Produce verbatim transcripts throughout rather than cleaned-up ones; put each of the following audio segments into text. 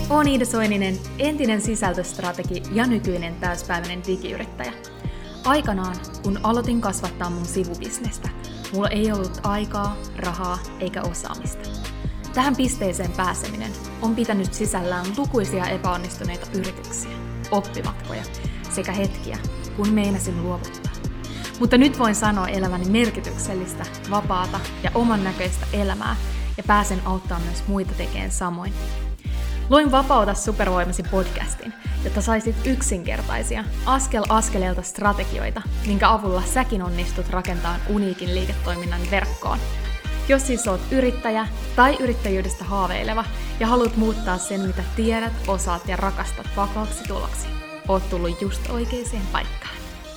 Oon Iida Soininen, entinen sisältöstrategi ja nykyinen täyspäiväinen digiyrittäjä. Aikanaan, kun aloitin kasvattaa mun sivubisnestä, mulla ei ollut aikaa, rahaa eikä osaamista. Tähän pisteeseen pääseminen on pitänyt sisällään lukuisia epäonnistuneita yrityksiä, oppimatkoja sekä hetkiä, kun meinasin luovuttaa. Mutta nyt voin sanoa eläväni merkityksellistä, vapaata ja oman näköistä elämää ja pääsen auttamaan myös muita tekemään samoin. Luin Vapauta supervoimasi podcastin, jotta saisit yksinkertaisia, askel askeleelta strategioita, minkä avulla säkin onnistut rakentamaan uniikin liiketoiminnan verkkoon. Jos siis oot yrittäjä tai yrittäjyydestä haaveileva ja haluat muuttaa sen, mitä tiedät, osaat ja rakastat vakaaksi tuloksi, oot tullut just oikeaan paikkaan.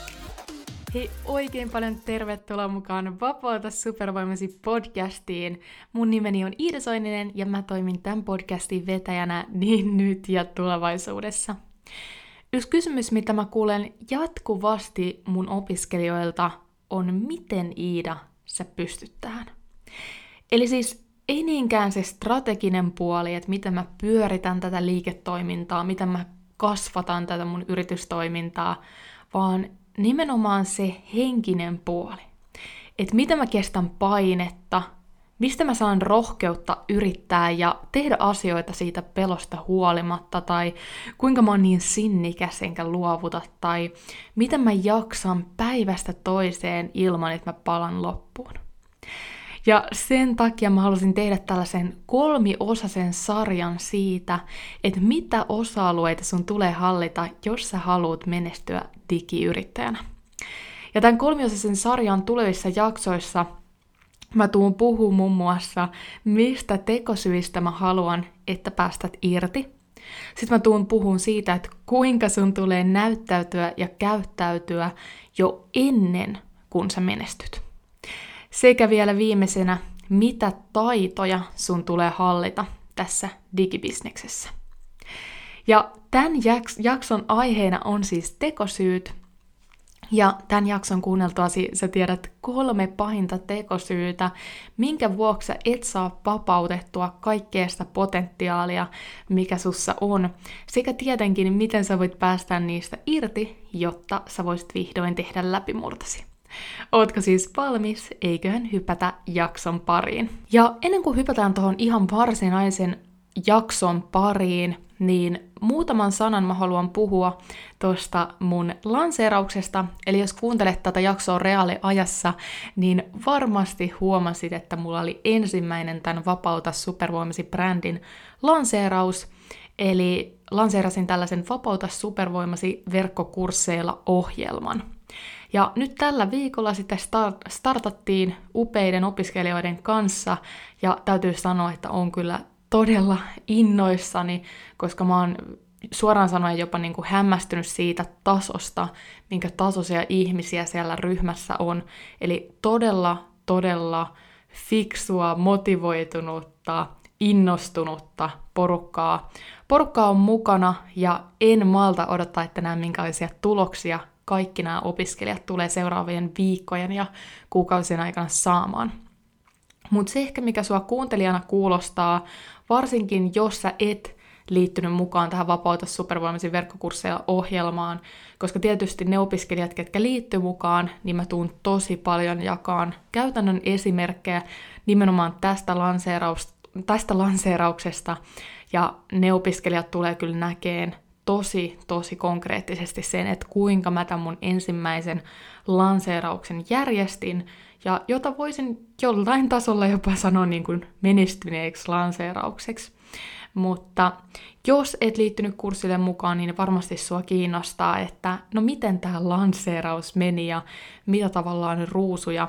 Hei, oikein paljon tervetuloa mukaan Vapauta supervoimasi podcastiin. Mun nimeni on Iida Soininen ja mä toimin tämän podcastin vetäjänä niin nyt ja tulevaisuudessa. Yksi kysymys, mitä mä kuulen jatkuvasti mun opiskelijoilta on, miten Iida sä pystyt tähän? Eli siis ei niinkään se strateginen puoli, että miten mä pyöritän tätä liiketoimintaa, miten mä kasvatan tätä mun yritystoimintaa, vaan nimenomaan se henkinen puoli. Että miten mä kestän painetta, mistä mä saan rohkeutta yrittää ja tehdä asioita siitä pelosta huolimatta, tai kuinka mä oon niin sinnikäs enkä luovuta, tai miten mä jaksan päivästä toiseen ilman, että mä palan loppuun. Ja sen takia mä halusin tehdä tällaisen kolmiosaisen sarjan siitä, että mitä osa-alueita sun tulee hallita, jos sä haluat menestyä digiyrittäjänä. Ja tämän kolmiosaisen sarjan tulevissa jaksoissa mä tuun puhumaan muun muassa, mistä tekosyistä mä haluan, että päästät irti. Sitten mä tuun puhumaan siitä, että kuinka sun tulee näyttäytyä ja käyttäytyä jo ennen kuin sä menestyt. Sekä vielä viimeisenä, mitä taitoja sun tulee hallita tässä digibisneksessä. Ja tämän jakson aiheena on siis tekosyyt. Ja tämän jakson kuunneltuasi sä tiedät kolme pahinta tekosyytä, minkä vuoksi sä et saa vapautettua kaikkea sitä potentiaalia, mikä sussa on. Sekä tietenkin, miten sä voit päästä niistä irti, jotta sä voisit vihdoin tehdä läpimurtasi. Ootko siis valmis? Eiköhän hypätä jakson pariin. Ja ennen kuin hypätään tuohon ihan varsinaisen jakson pariin, niin muutaman sanan mä haluan puhua tuosta mun lanseerauksesta. Eli jos kuuntelet tätä jaksoa reaaliajassa, niin varmasti huomasit, että mulla oli ensimmäinen tämän Vapauta supervoimasi brändin lanseeraus. Eli lanseerasin tällaisen Vapauta supervoimasi verkkokursseilla ohjelman. Ja nyt tällä viikolla sitten start- startattiin upeiden opiskelijoiden kanssa, ja täytyy sanoa, että on kyllä todella innoissani, koska mä oon suoraan sanoen jopa niin kuin hämmästynyt siitä tasosta, minkä tasoisia ihmisiä siellä ryhmässä on. Eli todella, todella fiksua, motivoitunutta, innostunutta porukkaa. Porukkaa on mukana, ja en malta odottaa, että nämä minkälaisia tuloksia kaikki nämä opiskelijat tulee seuraavien viikkojen ja kuukausien aikana saamaan. Mutta se ehkä, mikä sua kuuntelijana kuulostaa, varsinkin jos sä et liittynyt mukaan tähän Vapauta supervoimasi verkkokursseilla ohjelmaan, koska tietysti ne opiskelijat, ketkä liittyy mukaan, niin mä tuun tosi paljon jakaan käytännön esimerkkejä nimenomaan tästä, lanseeraus, tästä lanseerauksesta, ja ne opiskelijat tulee kyllä näkeen tosi, tosi konkreettisesti sen, että kuinka mä tämän mun ensimmäisen lanseerauksen järjestin, ja jota voisin jollain tasolla jopa sanoa niin kuin menestyneeksi lanseeraukseksi. Mutta jos et liittynyt kurssille mukaan, niin varmasti sua kiinnostaa, että no miten tämä lanseeraus meni ja mitä tavallaan ruusuja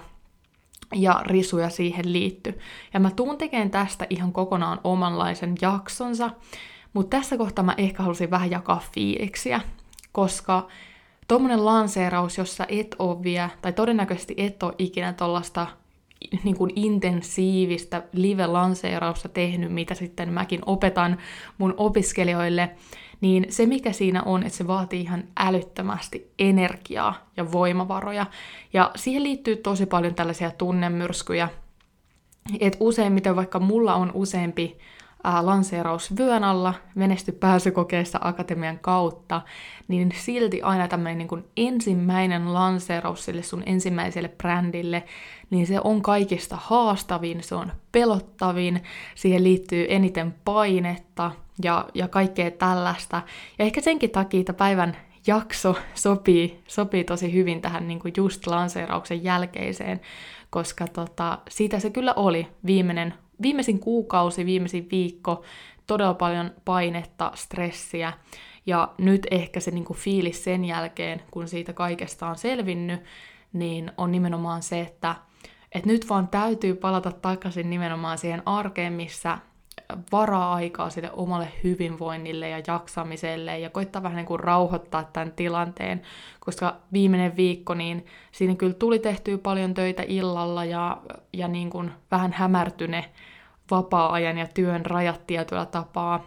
ja risuja siihen liittyy. Ja mä tuun tekemään tästä ihan kokonaan omanlaisen jaksonsa, mutta tässä kohtaa mä ehkä halusin vähän jakaa fiiliksiä, koska tommonen lanseeraus, jossa et ole vielä, tai todennäköisesti et ole ikinä tollaista niin kuin intensiivistä live-lanseerausta tehnyt, mitä sitten mäkin opetan mun opiskelijoille, niin se mikä siinä on, että se vaatii ihan älyttömästi energiaa ja voimavaroja, ja siihen liittyy tosi paljon tällaisia tunnemyrskyjä, että useimmiten vaikka mulla on useampi ää, lanseeraus vyön alla, menesty pääsykokeessa akatemian kautta, niin silti aina tämmöinen niin kuin ensimmäinen lanseeraus sille sun ensimmäiselle brändille, niin se on kaikista haastavin, se on pelottavin, siihen liittyy eniten painetta ja, ja kaikkea tällaista. Ja ehkä senkin takia tämä päivän jakso sopii, sopii tosi hyvin tähän niin kuin just lanseerauksen jälkeiseen, koska tota, siitä se kyllä oli viimeinen, viimeisin kuukausi, viimeisin viikko, todella paljon painetta, stressiä, ja nyt ehkä se niin kuin fiilis sen jälkeen, kun siitä kaikesta on selvinnyt, niin on nimenomaan se, että, että nyt vaan täytyy palata takaisin nimenomaan siihen arkeen, missä varaa aikaa sille omalle hyvinvoinnille ja jaksamiselle ja koittaa vähän niin kuin rauhoittaa tämän tilanteen, koska viimeinen viikko, niin siinä kyllä tuli tehtyä paljon töitä illalla ja, ja niin kuin vähän hämärtyne vapaa-ajan ja työn rajat tietyllä tapaa.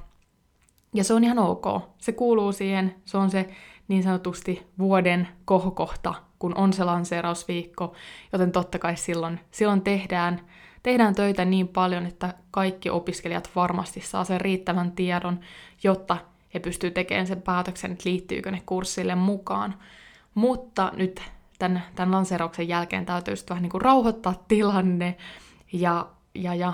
Ja se on ihan ok. Se kuuluu siihen, se on se niin sanotusti vuoden kohokohta, kun on se lanseerausviikko, joten totta kai silloin, silloin tehdään Tehdään töitä niin paljon, että kaikki opiskelijat varmasti saa sen riittävän tiedon, jotta he pystyvät tekemään sen päätöksen, että liittyykö ne kurssille mukaan. Mutta nyt tämän, tämän lanseerauksen jälkeen täytyy sitten vähän niin kuin rauhoittaa tilanne ja, ja, ja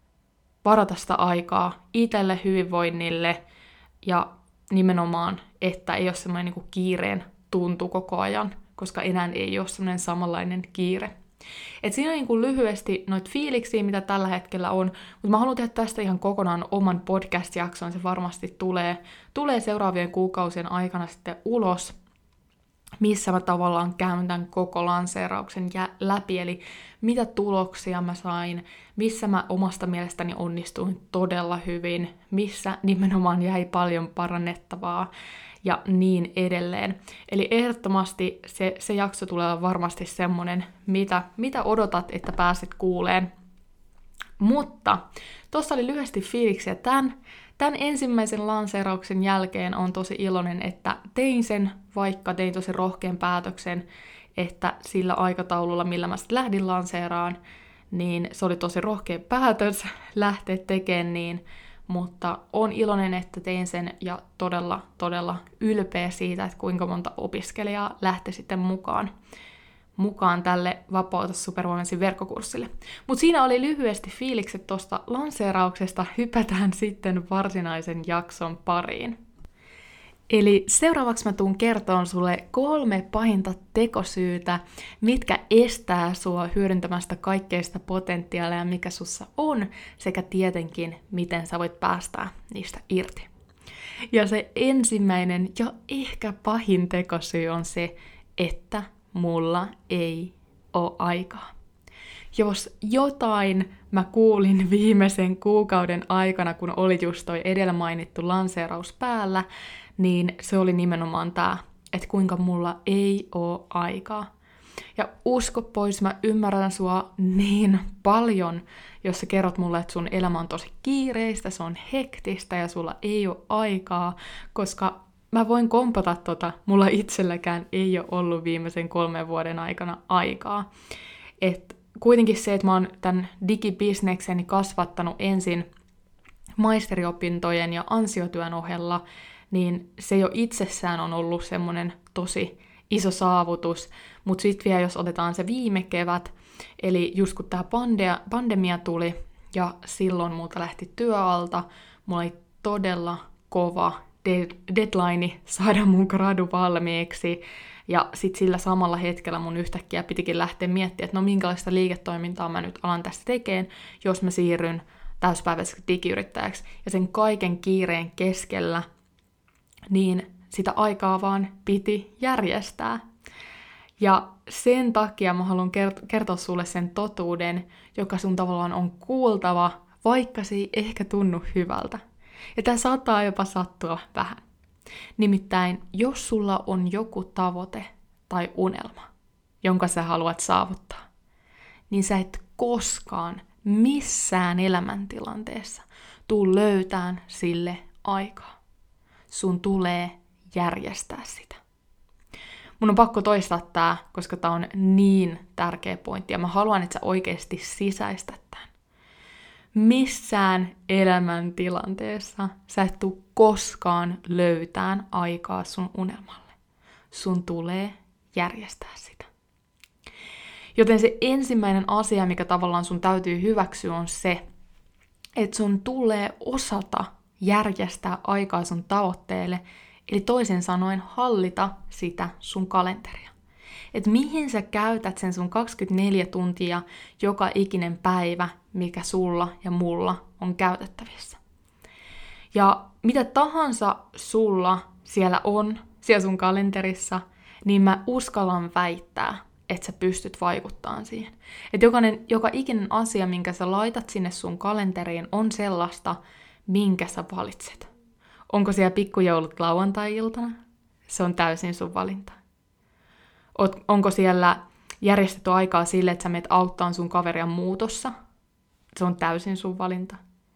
varata sitä aikaa itselle, hyvinvoinnille ja nimenomaan, että ei ole semmoinen niin kuin kiireen tuntu koko ajan, koska enää ei ole semmoinen samanlainen kiire. Et siinä on niin kuin lyhyesti noita fiiliksiä, mitä tällä hetkellä on, mutta mä haluan tehdä tästä ihan kokonaan oman podcast-jakson, se varmasti tulee, tulee seuraavien kuukausien aikana sitten ulos, missä mä tavallaan käyn tämän koko lanseerauksen jä- läpi, eli mitä tuloksia mä sain, missä mä omasta mielestäni onnistuin todella hyvin, missä nimenomaan jäi paljon parannettavaa, ja niin edelleen. Eli ehdottomasti se, se jakso tulee olla varmasti semmonen, mitä, mitä odotat, että pääset kuuleen. Mutta tuossa oli lyhyesti fiiliksiä tämän, tämän ensimmäisen lanseerauksen jälkeen on tosi iloinen, että tein sen, vaikka tein tosi rohkean päätöksen, että sillä aikataululla, millä mä sitten lähdin lanseeraan, niin se oli tosi rohkea päätös lähteä tekemään niin, mutta on iloinen, että tein sen ja todella, todella ylpeä siitä, että kuinka monta opiskelijaa lähti sitten mukaan, mukaan tälle Vapauta Superwomansin verkkokurssille. Mutta siinä oli lyhyesti fiilikset tuosta lanseerauksesta, hypätään sitten varsinaisen jakson pariin. Eli seuraavaksi mä tuun kertoon sulle kolme pahinta tekosyytä, mitkä estää sua hyödyntämästä kaikkeista potentiaalia, mikä sussa on, sekä tietenkin, miten sä voit päästää niistä irti. Ja se ensimmäinen ja ehkä pahin tekosyy on se, että mulla ei ole aikaa. Jos jotain mä kuulin viimeisen kuukauden aikana, kun oli just toi edellä mainittu lanseeraus päällä, niin se oli nimenomaan tää, että kuinka mulla ei oo aikaa. Ja usko pois, mä ymmärrän sua niin paljon, jos sä kerrot mulle, että sun elämä on tosi kiireistä, se on hektistä ja sulla ei oo aikaa, koska mä voin kompata tota, mulla itselläkään ei ole ollut viimeisen kolmen vuoden aikana aikaa. Et kuitenkin se, että mä oon tämän digibisnekseni kasvattanut ensin maisteriopintojen ja ansiotyön ohella, niin se jo itsessään on ollut semmoinen tosi iso saavutus, mutta sitten vielä jos otetaan se viime kevät, eli just kun tämä pandemia, pandemia tuli ja silloin multa lähti työalta, mulla oli todella kova deadline saada mun gradu valmiiksi, ja sitten sillä samalla hetkellä mun yhtäkkiä pitikin lähteä miettimään, että no minkälaista liiketoimintaa mä nyt alan tästä tekemään, jos mä siirryn täyspäiväiseksi digiyrittäjäksi, ja sen kaiken kiireen keskellä, niin sitä aikaa vaan piti järjestää. Ja sen takia mä haluan kert- kertoa sulle sen totuuden, joka sun tavallaan on kuultava, vaikka se ei ehkä tunnu hyvältä. Ja tää saattaa jopa sattua vähän. Nimittäin, jos sulla on joku tavoite tai unelma, jonka sä haluat saavuttaa, niin sä et koskaan missään elämäntilanteessa tuu löytään sille aikaa. Sun tulee järjestää sitä. Mun on pakko toistaa tää, koska tää on niin tärkeä pointti, ja mä haluan, että sä oikeasti sisäistät tämän. missään elämäntilanteessa sä et tuu koskaan löytään aikaa sun unelmalle. Sun tulee järjestää sitä. Joten se ensimmäinen asia, mikä tavallaan sun täytyy hyväksyä, on se, että sun tulee osata järjestää aikaa sun tavoitteelle, eli toisin sanoen hallita sitä sun kalenteria. Että mihin sä käytät sen sun kaksikymmentäneljä tuntia joka ikinen päivä, mikä sulla ja mulla on käytettävissä. Ja mitä tahansa sulla siellä on, siellä sun kalenterissa, niin mä uskallan väittää, että sä pystyt vaikuttamaan siihen. Että jokainen, joka ikinen asia, minkä sä laitat sinne sun kalenteriin, on sellaista, minkä sä valitset. Onko siellä pikkujoulut lauantai-iltana? Se on täysin sun valinta. Onko siellä järjestetty aikaa sille, että sä menet auttaan sun kaveria muutossa? Se on täysin sun valinta.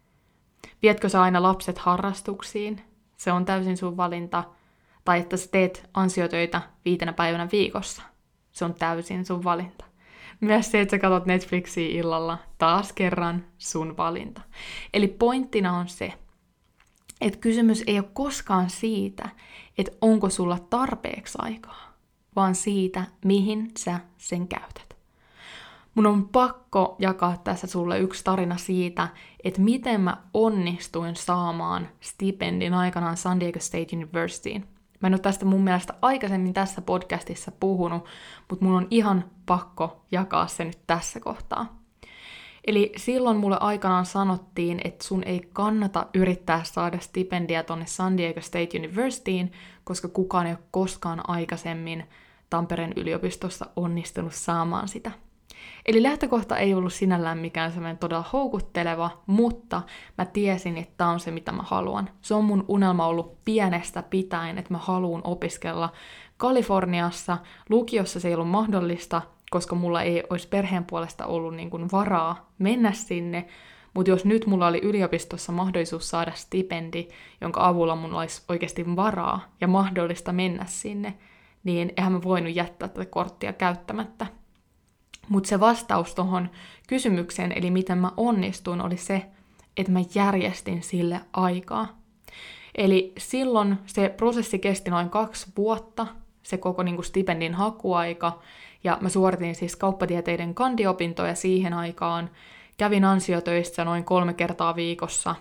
Vietkö sä aina lapset harrastuksiin? Se on täysin sun valinta. Tai että sä teet ansiotöitä viitenä päivänä viikossa. Se on täysin sun valinta. Myös se, että sä katsot Netflixiä illalla, taas kerran sun valinta. Eli pointtina on se, että kysymys ei ole koskaan siitä, että onko sulla tarpeeksi aikaa, vaan siitä, mihin sä sen käytät. Mun on pakko jakaa tässä sulle yksi tarina siitä, että miten mä onnistuin saamaan stipendin aikanaan San Diego State Universityin. Mä en ole tästä mun mielestä aikaisemmin tässä podcastissa puhunut, mutta mun on ihan pakko jakaa se nyt tässä kohtaa. Eli silloin mulle aikanaan sanottiin, että sun ei kannata yrittää saada stipendiä tonne San Diego State Universityin, koska kukaan ei ole koskaan aikaisemmin Tampereen yliopistossa onnistunut saamaan sitä. Eli lähtökohta ei ollut sinällään mikään semmoinen todella houkutteleva, mutta mä tiesin, että tämä on se, mitä mä haluan. Se on mun unelma ollut pienestä pitäen, että mä haluan opiskella Kaliforniassa. Lukiossa se ei ollut mahdollista, koska mulla ei olisi perheen puolesta ollut niin kuin varaa mennä sinne, mutta jos nyt mulla oli yliopistossa mahdollisuus saada stipendi, jonka avulla mulla olisi oikeasti varaa ja mahdollista mennä sinne, niin eihän mä voinut jättää tätä korttia käyttämättä. Mutta se vastaus tuohon kysymykseen, eli miten mä onnistuin, oli se, että mä järjestin sille aikaa. Eli silloin se prosessi kesti noin kaksi vuotta, se koko niin kuin stipendin hakuaika, ja mä suoritin siis kauppatieteiden kandiopintoja siihen aikaan, kävin ansiotöissä noin kolme kertaa viikossa,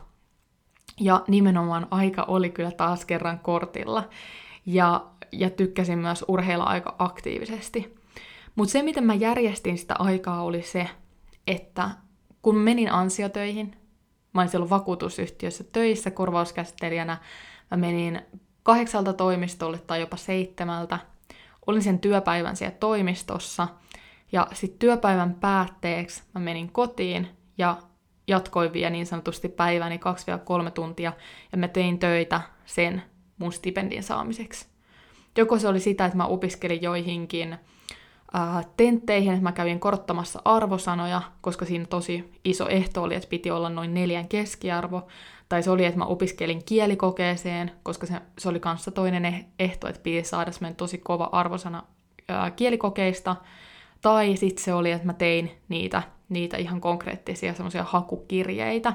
ja nimenomaan aika oli kyllä taas kerran kortilla, ja, ja tykkäsin myös urheilla aika aktiivisesti. Mutta se, miten mä järjestin sitä aikaa, oli se, että kun menin ansiotöihin, mä olin silloin vakuutusyhtiössä töissä korvauskäsittelijänä, mä menin kahdeksalta toimistolle tai jopa seitsemältä, olin sen työpäivän siellä toimistossa, ja sitten työpäivän päätteeksi mä menin kotiin ja jatkoin vielä niin sanotusti päiväni kaksi kolme tuntia, ja mä tein töitä sen mun stipendin saamiseksi. Joko se oli sitä, että mä opiskelin joihinkin äh, tentteihin, että mä kävin korottamassa arvosanoja, koska siinä tosi iso ehto oli, että piti olla noin neljän keskiarvo, tai se oli, että mä opiskelin kielikokeeseen, koska se, se oli kanssa toinen ehto, että piti saada semmoinen tosi kova arvosana ää, kielikokeista, tai sitten se oli, että mä tein niitä, niitä ihan konkreettisia semmoisia hakukirjeitä.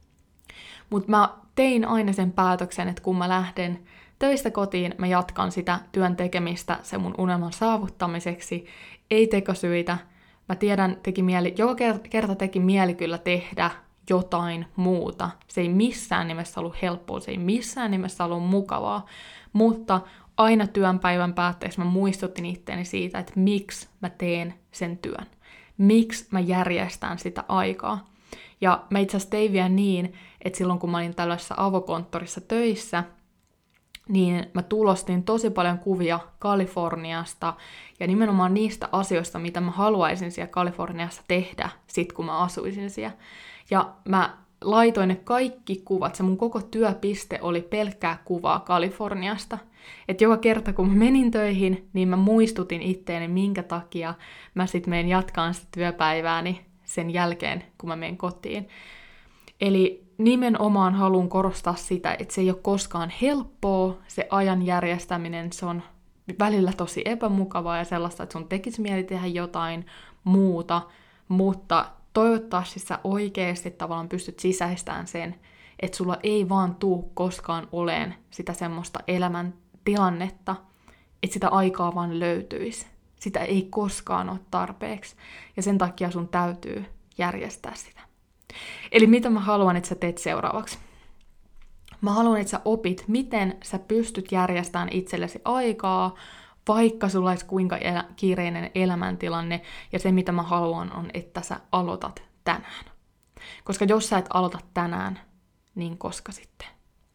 Mutta mä tein aina sen päätöksen, että kun mä lähden töistä kotiin, mä jatkan sitä työn tekemistä sen mun unelman saavuttamiseksi, ei tekosyitä. Mä tiedän, teki mieli, joka kerta teki mieli kyllä tehdä jotain muuta. Se ei missään nimessä ollut helppoa, se ei missään nimessä ollut mukavaa, mutta aina työnpäivän päätteeksi mä muistutin itteeni siitä, että miksi mä teen sen työn. Miksi mä järjestän sitä aikaa. Ja mä itse asiassa tein vielä niin, että silloin kun mä olin tällaisessa avokonttorissa töissä, niin mä tulostin tosi paljon kuvia Kaliforniasta ja nimenomaan niistä asioista, mitä mä haluaisin siellä Kaliforniassa tehdä sit kun mä asuisin siellä. Ja mä laitoin ne kaikki kuvat, se mun koko työpiste oli pelkkää kuvaa Kaliforniasta. Että joka kerta kun mä menin töihin, niin mä muistutin itteeni, minkä takia mä sit menen jatkaan sitä työpäivääni sen jälkeen, kun mä menen kotiin. Eli nimenomaan haluan korostaa sitä, että se ei ole koskaan helppoa, se ajan järjestäminen, se on välillä tosi epämukavaa ja sellaista, että sun tekisi mieli tehdä jotain muuta, mutta toivottavasti sä oikeasti tavallaan pystyt sisäistämään sen, että sulla ei vaan tuu koskaan oleen sitä semmoista elämän tilannetta, että sitä aikaa vaan löytyisi. Sitä ei koskaan ole tarpeeksi, ja sen takia sun täytyy järjestää sitä. Eli mitä mä haluan, että sä teet seuraavaksi? Mä haluan, että sä opit, miten sä pystyt järjestämään itsellesi aikaa, vaikka sulla olisi kuinka elä- kiireinen elämäntilanne, ja se mitä mä haluan on, että sä aloitat tänään. Koska jos sä et aloita tänään, niin koska sitten?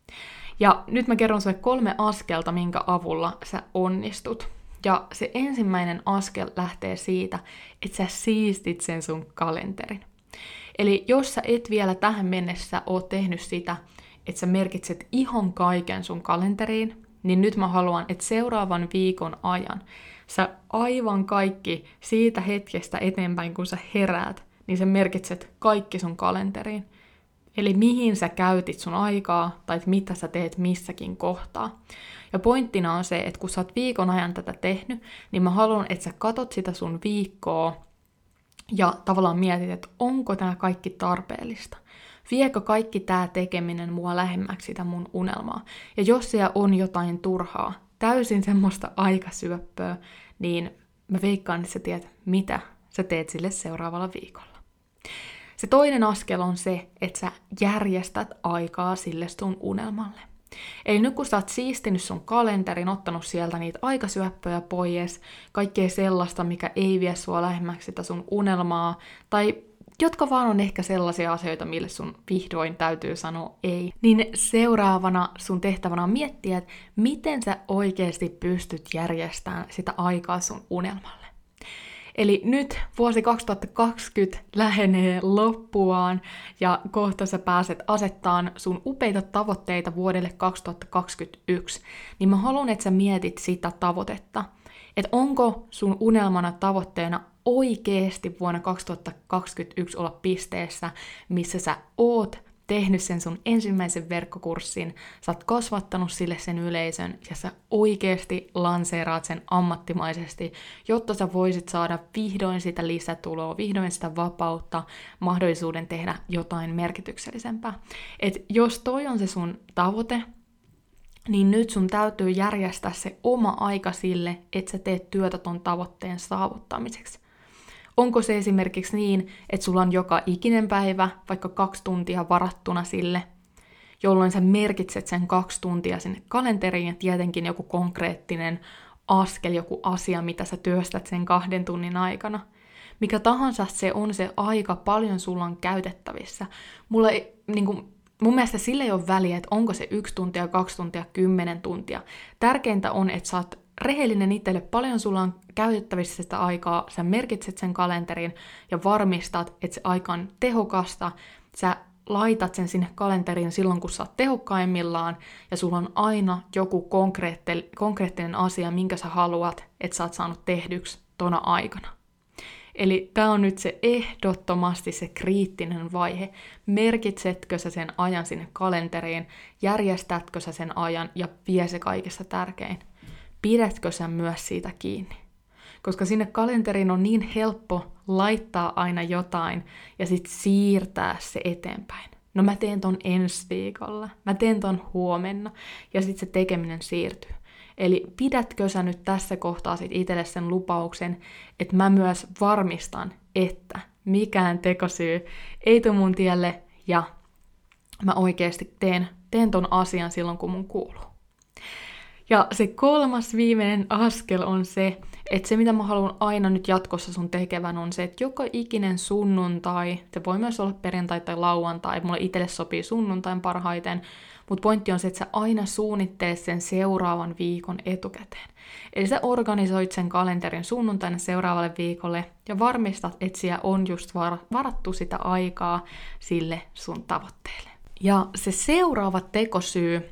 Ja nyt mä kerron sulle kolme askelta, minkä avulla sä onnistut. Ja se ensimmäinen askel lähtee siitä, että sä siistit sen sun kalenterin. Eli jos sä et vielä tähän mennessä ole tehnyt sitä, että sä merkitset ihan kaiken sun kalenteriin, niin nyt mä haluan, että seuraavan viikon ajan sä aivan kaikki siitä hetkestä eteenpäin, kun sä heräät, niin sä merkitset kaikki sun kalenteriin. Eli mihin sä käytit sun aikaa, tai mitä sä teet missäkin kohtaa. Ja pointtina on se, että kun sä oot viikon ajan tätä tehnyt, niin mä haluan, että sä katot sitä sun viikkoa, ja tavallaan mietit, että onko tämä kaikki tarpeellista. Viekö kaikki tämä tekeminen mua lähemmäksi sitä mun unelmaa? Ja jos siellä on jotain turhaa, täysin semmoista aikasyöppöä, niin mä veikkaan, että sä tiedät, mitä sä teet sille seuraavalla viikolla. Se toinen askel on se, että sä järjestät aikaa sille sun unelmalle. Eli nyt kun sä oot siistinyt sun kalenterin, ottanut sieltä niitä aikasyöppöjä pois, kaikkea sellaista, mikä ei vie sua lähemmäksi sitä sun unelmaa, tai jotka vaan on ehkä sellaisia asioita, mille sun vihdoin täytyy sanoa ei, niin seuraavana sun tehtävänä on miettiä, että miten sä oikeasti pystyt järjestämään sitä aikaa sun unelmalle. Eli nyt vuosi kaksituhattakaksikymmentä lähenee loppuaan ja kohta sä pääset asettamaan sun upeita tavoitteita vuodelle kaksituhattakaksikymmentäyksi, niin mä haluan, että sä mietit sitä tavoitetta, että onko sun unelmana tavoitteena oikeasti vuonna kaksituhattakaksikymmentäyksi olla pisteessä, missä sä oot tehnyt sen sun ensimmäisen verkkokurssin, sä oot kasvattanut sille sen yleisön ja sä oikeasti lanseeraat sen ammattimaisesti, jotta sä voisit saada vihdoin sitä lisätuloa, vihdoin sitä vapautta, mahdollisuuden tehdä jotain merkityksellisempää. Et jos toi on se sun tavoite, niin nyt sun täytyy järjestää se oma aika sille, että sä teet työtä ton tavoitteen saavuttamiseksi. Onko se esimerkiksi niin, että sulla on joka ikinen päivä vaikka kaksi tuntia varattuna sille, jolloin sä merkitset sen kaksi tuntia sinne kalenteriin ja tietenkin joku konkreettinen askel, joku asia, mitä sä työstät sen kahden tunnin aikana. Mikä tahansa se on se aika, paljon sulla on käytettävissä. Mulla ei, niin kuin, mun mielestä sillä ei ole väliä, että onko se yksi tuntia, kaksi tuntia, kymmenen tuntia. Tärkeintä on, että sä oot rehellinen itselle, paljon sulla on käytettävissä sitä aikaa, sä merkitset sen kalenteriin ja varmistat, että se aika on tehokasta, sä laitat sen sinne kalenteriin silloin, kun sä oot tehokkaimmillaan, ja sulla on aina joku konkreettinen asia, minkä sä haluat, että sä oot saanut tehdyksi tona aikana. Eli tää on nyt se ehdottomasti se kriittinen vaihe. Merkitsetkö sä sen ajan sinne kalenteriin, järjestätkö sä sen ajan, ja vie se kaikista tärkein. Pidätkö sä myös siitä kiinni? Koska sinne kalenteriin on niin helppo laittaa aina jotain ja sitten siirtää se eteenpäin. No mä teen ton ensi viikolla, mä teen ton huomenna ja sitten se tekeminen siirtyy. Eli pidätkö sä nyt tässä kohtaa sit itselle sen lupauksen, että mä myös varmistan, että mikään tekosyy ei tule mun tielle ja mä oikeasti teen, teen ton asian silloin, kun mun kuuluu. Ja se kolmas viimeinen askel on se, että se mitä mä haluan aina nyt jatkossa sun tekevän on se, että joka ikinen sunnuntai, se voi myös olla perjantai tai lauantai, mulle itselle sopii sunnuntain parhaiten, mutta pointti on se, että sä aina suunnittelet sen seuraavan viikon etukäteen. Eli sä organisoit sen kalenterin sunnuntaina seuraavalle viikolle ja varmistat, että siellä on just varattu sitä aikaa sille sun tavoitteelle. Ja se seuraava tekosyy,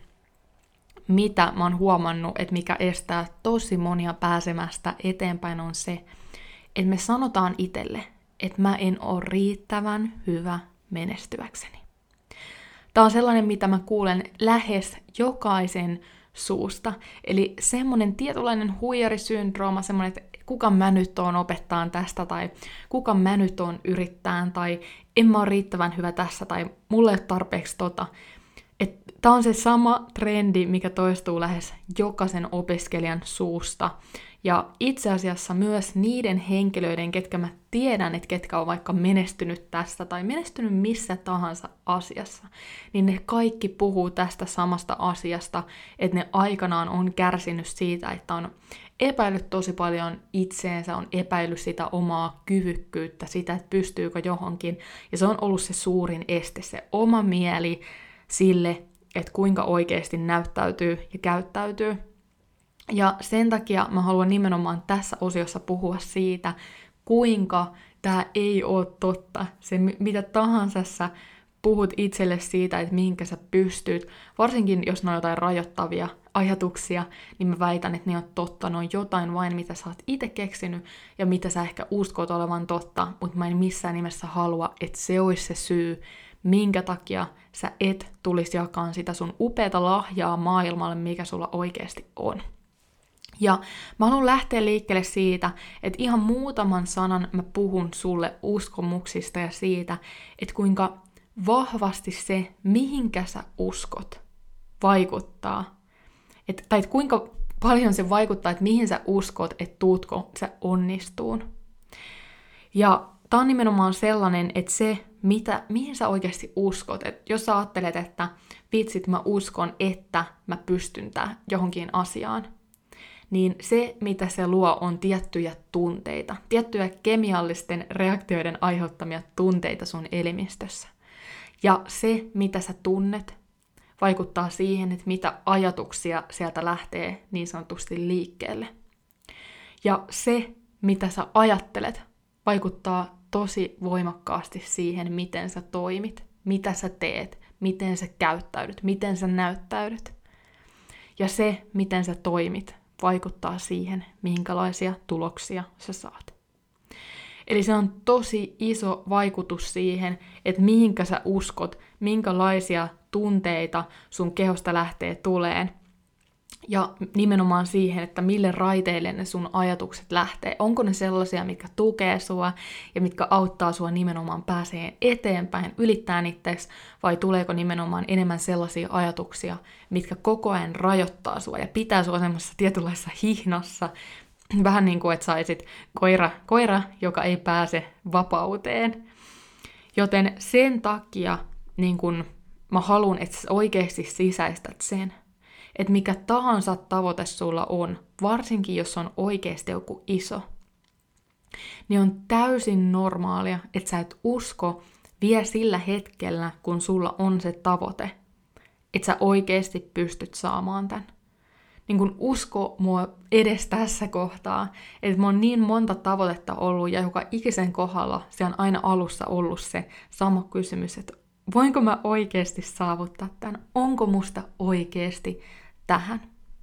mitä mä oon huomannut, että mikä estää tosi monia pääsemästä eteenpäin, on se, että me sanotaan itselle, että mä en ole riittävän hyvä menestyäkseni. Tää on sellainen, mitä mä kuulen lähes jokaisen suusta. Eli semmoinen tietynlainen huijarisyndrooma, semmoinen, että kuka mä nyt oon opettaan tästä, tai kuka mä nyt oon yrittämään, tai en mä ole riittävän hyvä tässä, tai mulle ei ole tarpeeksi tota. Tämä on se sama trendi, mikä toistuu lähes jokaisen opiskelijan suusta. Ja itse asiassa myös niiden henkilöiden, ketkä mä tiedän, että ketkä on vaikka menestynyt tästä tai menestynyt missä tahansa asiassa, niin ne kaikki puhuu tästä samasta asiasta, että ne aikanaan on kärsinyt siitä, että on epäillyt tosi paljon itseensä, on epäillyt sitä omaa kyvykkyyttä, sitä, että pystyykö johonkin. Ja se on ollut se suurin este, se oma mieli sille, että kuinka oikeasti näyttäytyy ja käyttäytyy. Ja sen takia mä haluan nimenomaan tässä osiossa puhua siitä, kuinka tämä ei ole totta. Se mitä tahansa sä puhut itselle siitä, että mihinkä sä pystyt, varsinkin jos ne on jotain rajoittavia ajatuksia, niin mä väitän, että ne on totta. Ne on jotain vain, mitä sä oot itse keksinyt ja mitä sä ehkä uskot olevan totta, mutta mä en missään nimessä halua, että se olisi se syy, minkä takia sä et tulisi jakaa sitä sun upeata lahjaa maailmalle, mikä sulla oikeasti on. Ja mä haluan lähteä liikkeelle siitä, että ihan muutaman sanan mä puhun sulle uskomuksista ja siitä, että kuinka vahvasti se, mihinkä sä uskot, vaikuttaa. Et, tai että kuinka paljon se vaikuttaa, että mihin sä uskot, että tuutko sä onnistuun. Ja tää on nimenomaan sellainen, että se, mitä, mihin sä oikeasti uskot, että jos sä ajattelet, että vitsit mä uskon, että mä pystyn tää johonkin asiaan, niin se, mitä se luo, on tiettyjä tunteita, tiettyjä kemiallisten reaktioiden aiheuttamia tunteita sun elimistössä. Ja se, mitä sä tunnet, vaikuttaa siihen, että mitä ajatuksia sieltä lähtee niin sanotusti liikkeelle. Ja se, mitä sä ajattelet, vaikuttaa tosi voimakkaasti siihen, miten sä toimit, mitä sä teet, miten sä käyttäydyt, miten sä näyttäydyt. Ja se, miten sä toimit, vaikuttaa siihen, minkälaisia tuloksia sä saat. Eli se on tosi iso vaikutus siihen, että mihinkä sä uskot, minkälaisia tunteita sun kehosta lähtee tuleen. Ja nimenomaan siihen, että mille raiteille ne sun ajatukset lähtee. Onko ne sellaisia, mitkä tukee sua ja mitkä auttaa sua nimenomaan pääsee eteenpäin, ylittää itseäsi, vai tuleeko nimenomaan enemmän sellaisia ajatuksia, mitkä koko ajan rajoittaa sua ja pitää sua semmoisessa tietynlaisessa hihnossa. Vähän niin kuin, että saisit koira, koira, joka ei pääse vapauteen. Joten sen takia niin kun mä haluan, että sä oikeasti sisäistät sen, että mikä tahansa tavoite sulla on, varsinkin jos on oikeasti joku iso, niin on täysin normaalia, että sä et usko vielä sillä hetkellä, kun sulla on se tavoite, että sä oikeasti pystyt saamaan tämän. Niin kun usko mua edes tässä kohtaa, että mä oon niin monta tavoitetta ollut ja joka ikisen kohdalla se on aina alussa ollut se sama kysymys, että voinko mä oikeasti saavuttaa tämän? Onko musta oikeasti tähän?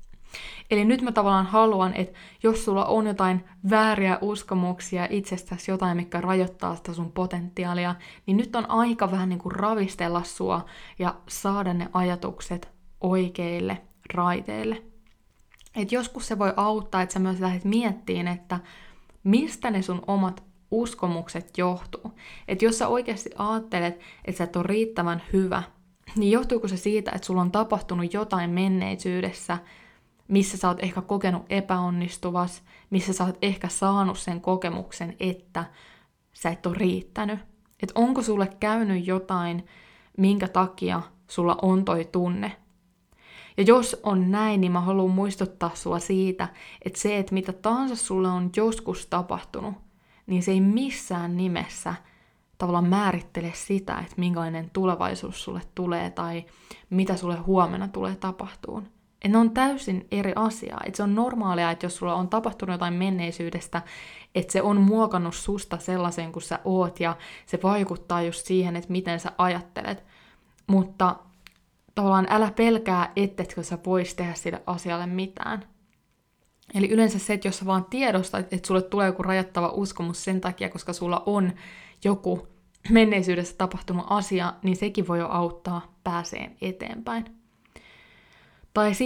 Eli nyt mä tavallaan haluan, että jos sulla on jotain vääriä uskomuksia itsestäsi, jotain, mikä rajoittaa sitä sun potentiaalia, niin nyt on aika vähän niin kuin ravistella sua ja saada ne ajatukset oikeille raiteille. Et joskus se voi auttaa, että sä myös lähdet miettimään, että mistä ne sun omat uskomukset johtuu. Että jos sä oikeasti ajattelet, että sä et ole riittävän hyvä, niin johtuuko se siitä, että sulla on tapahtunut jotain menneisyydessä, missä sä oot ehkä kokenut epäonnistuvas, missä sä oot ehkä saanut sen kokemuksen, että sä et ole riittänyt. Että onko sulle käynyt jotain, minkä takia sulla on toi tunne. Ja jos on näin, niin mä haluan muistuttaa sua siitä, että se, että mitä tahansa sulle on joskus tapahtunut, niin se ei missään nimessä tavallaan määrittele sitä, että minkälainen tulevaisuus sulle tulee tai mitä sulle huomenna tulee tapahtuun. Et ne on täysin eri asia. Et se on normaalia, että jos sulla on tapahtunut jotain menneisyydestä, että se on muokannut susta sellaisen kuin sä oot ja se vaikuttaa just siihen, että miten sä ajattelet. Mutta tavallaan älä pelkää, ettetkö sä vois tehdä sille asialle mitään. Eli yleensä se, että jos sä vaan tiedostat, että sulle tulee joku rajoittava uskomus sen takia, koska sulla on joku menneisyydessä tapahtunut asia, niin sekin voi jo auttaa pääseen eteenpäin. Tai sit,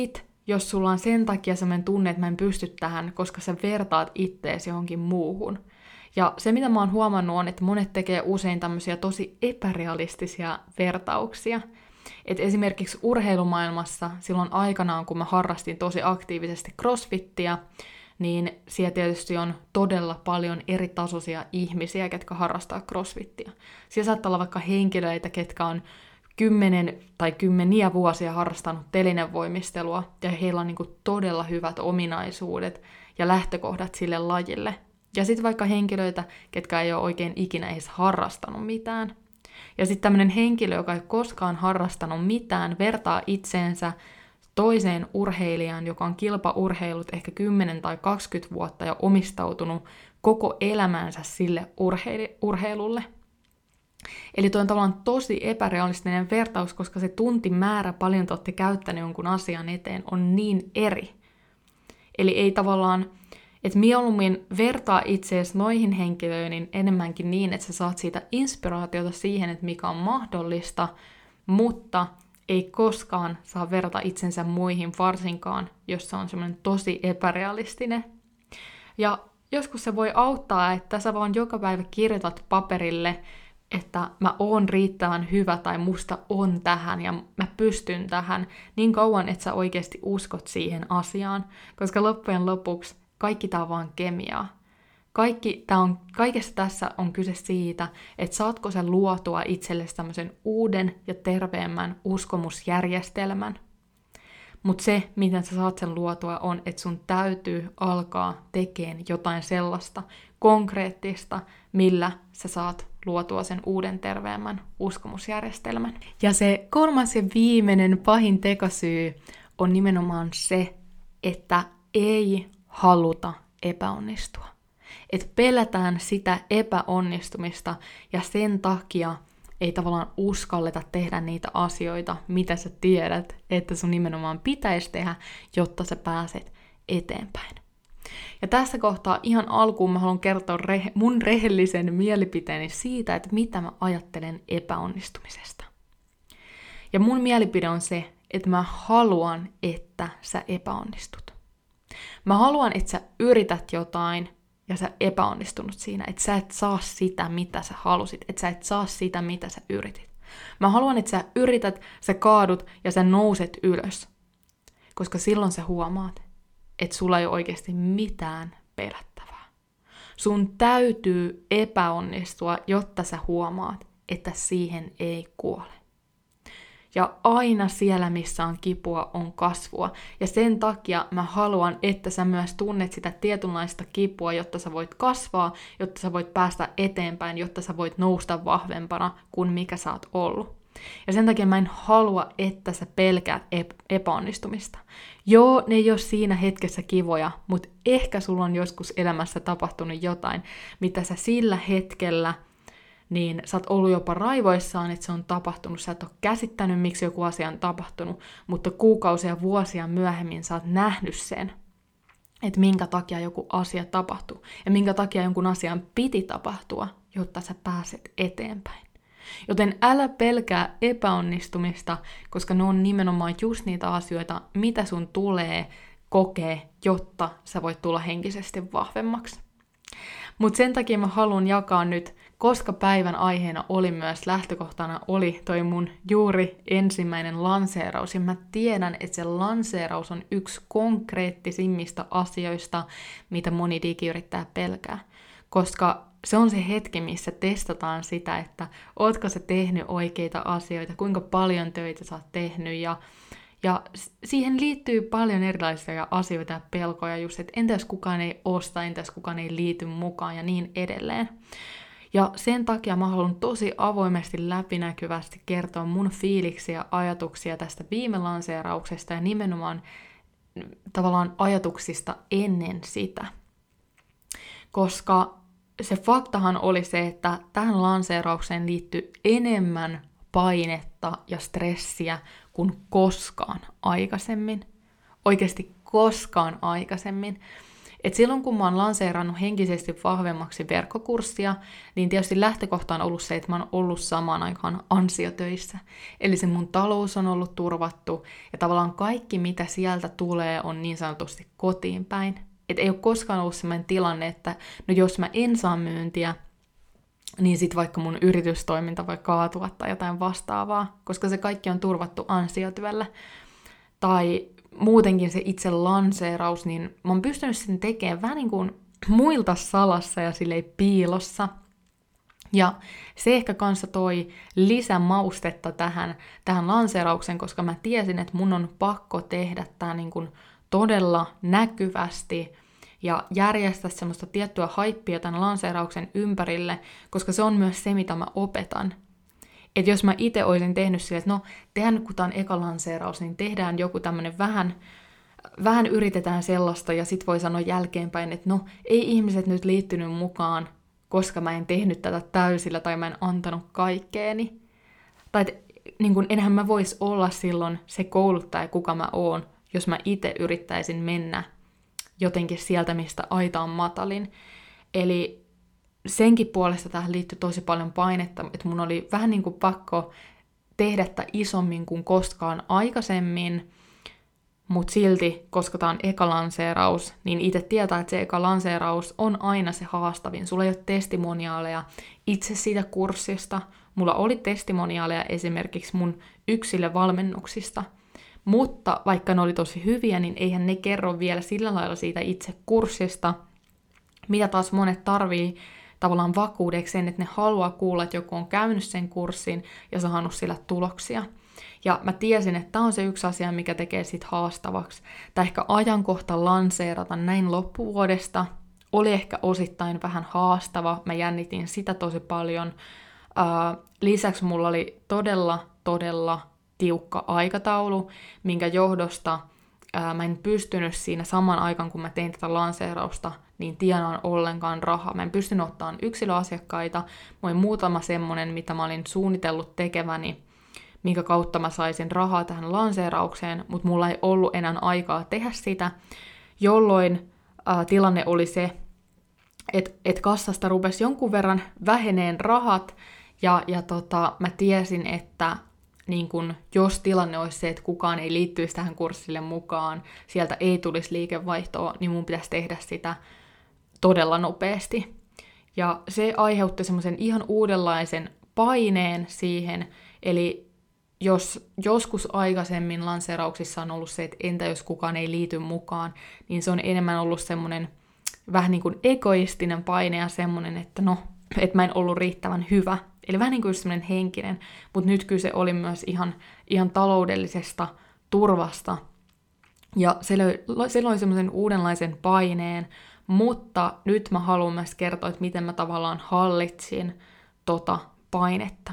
jos sulla on sen takia sellainen tunne, että mä en pysty tähän, koska sä vertaat itteesi johonkin muuhun. Ja se, mitä mä oon huomannut, on, että monet tekee usein tämmöisiä tosi epärealistisia vertauksia. Et esimerkiksi urheilumaailmassa silloin aikanaan, kun mä harrastin tosi aktiivisesti crossfittiä, niin siellä tietysti on todella paljon eri tasoisia ihmisiä, ketkä harrastaa crossfittiä. Siellä saattaa olla vaikka henkilöitä, ketkä on kymmenen tai kymmeniä vuosia harrastanut telinevoimistelua, ja heillä on niin kuin todella hyvät ominaisuudet ja lähtökohdat sille lajille. Ja sitten vaikka henkilöitä, ketkä ei ole oikein ikinä edes harrastanut mitään. Ja sitten tämmöinen henkilö, joka ei koskaan harrastanut mitään, vertaa itseensä toiseen urheilijaan, joka on kilpaurheilut ehkä kymmenen tai kaksikymmentä vuotta ja omistautunut koko elämänsä sille urheil- urheilulle. Eli tuo on tavallaan tosi epärealistinen vertaus, koska se tuntimäärä, paljon te olette käyttäneet jonkun asian eteen, on niin eri. Eli ei tavallaan, että mieluummin vertaa itseesi noihin henkilöihin enemmänkin niin, että sä saat siitä inspiraatiota siihen, että mikä on mahdollista, mutta ei koskaan saa verrata itsensä muihin, varsinkaan, jos se on semmoinen tosi epärealistinen. Ja joskus se voi auttaa, että sä vaan joka päivä kirjoitat paperille, että mä oon riittävän hyvä tai musta on tähän ja mä pystyn tähän niin kauan, että sä oikeasti uskot siihen asiaan, koska loppujen lopuksi kaikki tää on vaan kemiaa. Kaikki, tää on, kaikessa tässä on kyse siitä, että saatko sä luotua itsellesi tämmöisen uuden ja terveemmän uskomusjärjestelmän. Mutta se, miten sä saat sen luotua, on, että sun täytyy alkaa tekemään jotain sellaista konkreettista, millä sä saat luotua sen uuden terveemmän uskomusjärjestelmän. Ja se kolmas ja viimeinen pahin tekosyy on nimenomaan se, että ei haluta epäonnistua. Että pelätään sitä epäonnistumista ja sen takia ei tavallaan uskalleta tehdä niitä asioita, mitä sä tiedät, että sun nimenomaan pitäisi tehdä, jotta sä pääset eteenpäin. Ja tässä kohtaa ihan alkuun mä haluan kertoa rehe- mun rehellisen mielipiteeni siitä, että mitä mä ajattelen epäonnistumisesta. Ja mun mielipide on se, että mä haluan, että sä epäonnistut. Mä haluan, että sä yrität jotain, ja sä epäonnistunut siinä, että sä et saa sitä, mitä sä halusit, että sä et saa sitä, mitä sä yritit. Mä haluan, että sä yrität, sä kaadut ja sä nouset ylös, koska silloin sä huomaat, että sulla ei ole oikeasti mitään pelättävää. Sun täytyy epäonnistua, jotta sä huomaat, että siihen ei kuole. Ja aina siellä, missä on kipua, on kasvua. Ja sen takia mä haluan, että sä myös tunnet sitä tietynlaista kipua, jotta sä voit kasvaa, jotta sä voit päästä eteenpäin, jotta sä voit nousta vahvempana kuin mikä sä oot ollut. Ja sen takia mä en halua, että sä pelkäät ep- epäonnistumista. Joo, ne ei ole siinä hetkessä kivoja, mutta ehkä sulla on joskus elämässä tapahtunut jotain, mitä sä sillä hetkellä niin sä oot ollut jopa raivoissaan, että se on tapahtunut. Sä et ole käsittänyt, miksi joku asia on tapahtunut, mutta kuukausia ja vuosia myöhemmin sä oot nähnyt sen, että minkä takia joku asia tapahtuu ja minkä takia jonkun asian piti tapahtua, jotta sä pääset eteenpäin. Joten älä pelkää epäonnistumista, koska ne on nimenomaan just niitä asioita, mitä sun tulee kokea, jotta sä voit tulla henkisesti vahvemmaksi. Mutta sen takia mä haluan jakaa nyt, koska päivän aiheena oli myös lähtökohtana oli toi mun juuri ensimmäinen lanseeraus. Ja mä tiedän, että se lanseeraus on yksi konkreettisimmista asioista, mitä moni digiyrittäjä pelkää. Koska se on se hetki, missä testataan sitä, että ootko sä tehnyt oikeita asioita, kuinka paljon töitä sä oot tehnyt ja Ja siihen liittyy paljon erilaisia asioita ja pelkoja, just, että entä jos kukaan ei osta, entä jos kukaan ei liity mukaan ja niin edelleen. Ja sen takia mä haluan tosi avoimesti läpinäkyvästi kertoa mun fiiliksiä ja ajatuksia tästä viime lanseerauksesta ja nimenomaan tavallaan ajatuksista ennen sitä. Koska se faktahan oli se, että tähän lanseeraukseen liittyy enemmän painetta ja stressiä kuin koskaan aikaisemmin. Oikeasti koskaan aikaisemmin. Et silloin kun mä oon lanseerannut henkisesti vahvemmaksi verkkokurssia, niin tietysti lähtökohta on ollut se, että mä oon ollut samaan aikaan ansiotöissä. Eli se mun talous on ollut turvattu, ja tavallaan kaikki mitä sieltä tulee on niin sanotusti kotiin päin. Et ei ole koskaan ollut sellainen tilanne, että no jos mä en saa myyntiä, niin sit vaikka mun yritystoiminta voi kaatua tai jotain vastaavaa, koska se kaikki on turvattu ansiotyöllä. Tai muutenkin se itse lanseeraus, niin mä oon pystynyt sen tekemään vähän niin kuin muilta salassa ja silleen piilossa. Ja se ehkä kanssa toi lisämaustetta tähän, tähän lanseeraukseen, koska mä tiesin, että mun on pakko tehdä tää niin kuin todella näkyvästi ja järjestää semmoista tiettyä haippia tämän lanseerauksen ympärille, koska se on myös se, mitä mä opetan. Että jos mä itse olisin tehnyt sille, että no, tehdään kun tää on eka lanseeraus, niin tehdään joku tämmönen vähän, vähän yritetään sellaista, ja sit voi sanoa jälkeenpäin, että no, ei ihmiset nyt liittynyt mukaan, koska mä en tehnyt tätä täysillä, tai mä en antanut kaikkeeni. Tai et, niin kun, enhän mä vois olla silloin se kouluttaja, kuka mä oon, jos mä itse yrittäisin mennä jotenkin sieltä, mistä aita on matalin. Eli senkin puolesta tähän liittyy tosi paljon painetta, että mun oli vähän niin kuin pakko tehdä tätä isommin kuin koskaan aikaisemmin, mutta silti, koska tämä on eka lanseeraus, niin itse tietää, että se eka lanseeraus on aina se haastavin. Sulla ei ole testimoniaaleja itse siitä kurssista. Mulla oli testimoniaaleja esimerkiksi mun yksilövalmennuksista, mutta vaikka ne oli tosi hyviä, niin eihän ne kerro vielä sillä lailla siitä itse kurssista, mitä taas monet tarvii tavallaan vakuudeksi sen, että ne haluaa kuulla, että joku on käynyt sen kurssin ja saanut sillä tuloksia. Ja mä tiesin, että tämä on se yksi asia, mikä tekee sit haastavaksi. Tai ehkä ajankohta lanseerata näin loppuvuodesta oli ehkä osittain vähän haastava. Mä jännitin sitä tosi paljon. Uh, lisäksi mulla oli todella, todella tiukka aikataulu, minkä johdosta ää, mä en pystynyt siinä saman aikaan, kun mä tein tätä lanseerausta, niin tienaan ollenkaan rahaa. Mä en pystynyt ottamaan yksilöasiakkaita. Mä olin muutama semmonen, mitä mä olin suunnitellut tekeväni, minkä kautta mä saisin rahaa tähän lanseeraukseen, mutta mulla ei ollut enää aikaa tehdä sitä, jolloin ää, tilanne oli se, että et kassasta rupesi jonkun verran väheneen rahat, ja, ja tota, mä tiesin, että niin kun, jos tilanne olisi se, että kukaan ei liittyisi tähän kurssille mukaan, sieltä ei tulisi liikevaihtoa, niin mun pitäisi tehdä sitä todella nopeasti. Ja se aiheutti semmoisen ihan uudenlaisen paineen siihen, eli jos joskus aikaisemmin lanseerauksissa on ollut se, että entä jos kukaan ei liity mukaan, niin se on enemmän ollut semmoinen vähän niin kuin egoistinen paine ja semmoinen, että no, että mä en ollut riittävän hyvä. Eli vähän niin kuin semmoinen henkinen, mutta nyt kyse oli myös ihan, ihan taloudellisesta turvasta. Ja se loi, se loi semmoisen uudenlaisen paineen, mutta nyt mä haluan myös kertoa, että miten mä tavallaan hallitsin tota painetta.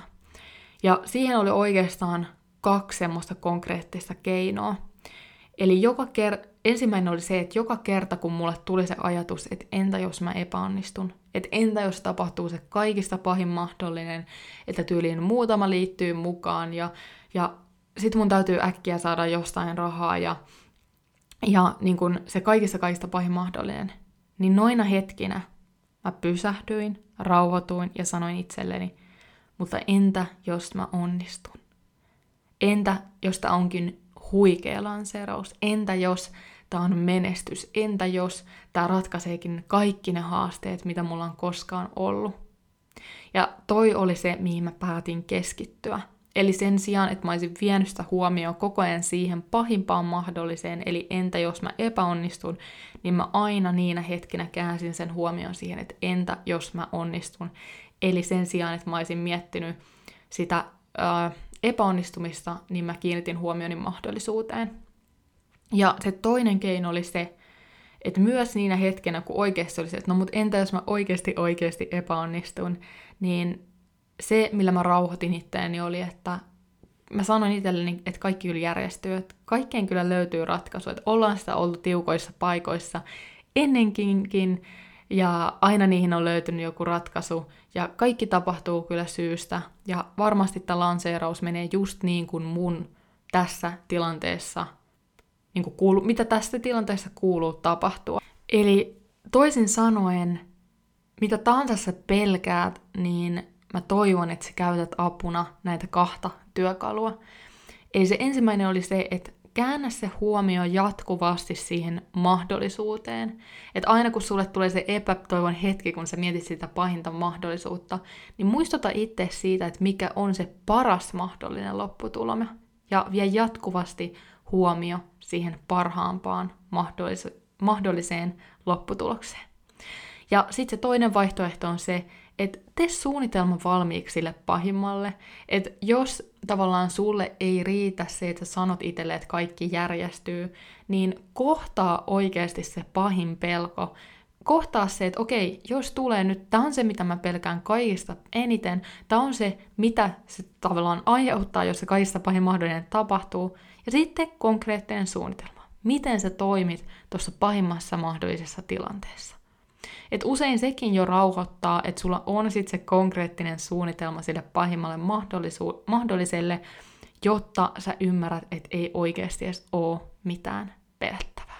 Ja siihen oli oikeastaan kaksi semmoista konkreettista keinoa. Eli joka ker- ensimmäinen oli se, että joka kerta kun mulle tuli se ajatus, että entä jos mä epäonnistun, että entä jos tapahtuu se kaikista pahin mahdollinen, että tyyliin muutama liittyy mukaan ja, ja sit mun täytyy äkkiä saada jostain rahaa ja, ja niin kun se kaikista kaikista pahin mahdollinen, niin noina hetkinä mä pysähdyin, rauhoituin ja sanoin itselleni, mutta entä jos mä onnistun? Entä jos tää onkin huikea lanseeraus? Entä jos tää on menestys? Entä jos tää ratkaiseekin kaikki ne haasteet, mitä mulla on koskaan ollut? Ja toi oli se, mihin mä päätin keskittyä. Eli sen sijaan, että mä olisin vienyt sitä huomioon koko ajan siihen pahimpaan mahdolliseen, eli entä jos mä epäonnistun, niin mä aina niinä hetkinä käänsin sen huomioon siihen, että entä jos mä onnistun. Eli sen sijaan, että mä olisin miettinyt sitä ää, epäonnistumista, niin mä kiinnitin huomioni mahdollisuuteen. Ja se toinen keino oli se, että myös niinä hetkenä, kun oikeasti oli se, että no mut entä jos mä oikeasti oikeasti epäonnistun, niin se, millä mä rauhoitin itteeni, oli, että mä sanoin itselleni, että kaikki kyllä järjestyy, että kaikkeen kyllä löytyy ratkaisu, että ollaan sitä ollut tiukoissa paikoissa ennenkin, ja aina niihin on löytynyt joku ratkaisu, ja kaikki tapahtuu kyllä syystä, ja varmasti tämä lanseeraus menee just niin kuin mun tässä tilanteessa, niin kuin kuulu, mitä tässä tilanteessa kuuluu tapahtua. Eli toisin sanoen, mitä tahansa sä pelkäät, niin mä toivon, että sä käytät apuna näitä kahta työkalua. Eli se ensimmäinen oli se, että käännä se huomio jatkuvasti siihen mahdollisuuteen. Että aina kun sulle tulee se epätoivon hetki, kun sä mietit sitä pahinta mahdollisuutta, niin muistuta itse siitä, että mikä on se paras mahdollinen lopputulema. Ja vie jatkuvasti huomio siihen parhaampaan mahdollis- mahdolliseen lopputulokseen. Ja sitten se toinen vaihtoehto on se, että tee suunnitelma valmiiksi sille pahimmalle. Että jos tavallaan sulle ei riitä se, että sä sanot itselle, että kaikki järjestyy, niin kohtaa oikeasti se pahin pelko. Kohtaa se, että okei, jos tulee nyt, tämä on se, mitä mä pelkään kaikista eniten, tämä on se, mitä se tavallaan aiheuttaa, jos se kaikista pahin mahdollinen tapahtuu, ja sitten konkreettinen suunnitelma. Miten sä toimit tuossa pahimmassa mahdollisessa tilanteessa. Et usein sekin jo rauhoittaa, että sulla on sitten se konkreettinen suunnitelma sille pahimmalle mahdollisu- mahdolliselle, jotta sä ymmärrät, että ei oikeasti edes ole mitään pelättävää.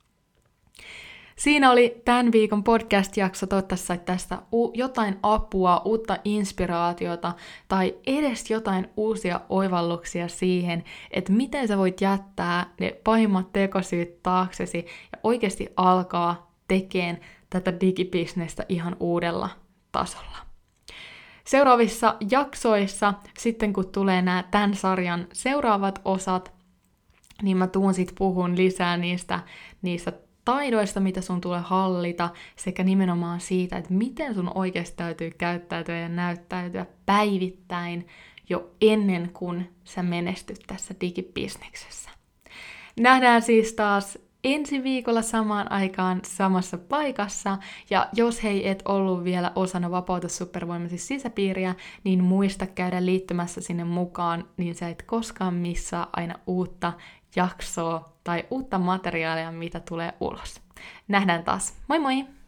Siinä oli tämän viikon podcast-jakso. Toivottavasti sait tästä u- jotain apua, uutta inspiraatiota tai edes jotain uusia oivalluksia siihen, että miten sä voit jättää ne pahimmat tekosyyt taaksesi ja oikeasti alkaa tekemään tätä digibisnestä ihan uudella tasolla. Seuraavissa jaksoissa, sitten kun tulee nämä tämän sarjan seuraavat osat, niin mä tuun sit puhun lisää niistä, niistä taidoista, mitä sun tulee hallita, sekä nimenomaan siitä, että miten sun oikeasti täytyy käyttäytyä ja näyttäytyä päivittäin jo ennen kuin sä menestyt tässä digibisneksessä. Nähdään siis taas ensi viikolla samaan aikaan samassa paikassa, ja jos hei et ollut vielä osana Vapauta supervoimasi sisäpiiriä, niin muista käydä liittymässä sinne mukaan, niin sä et koskaan missaa aina uutta jaksoa tai uutta materiaalia, mitä tulee ulos. Nähdään taas. Moi moi!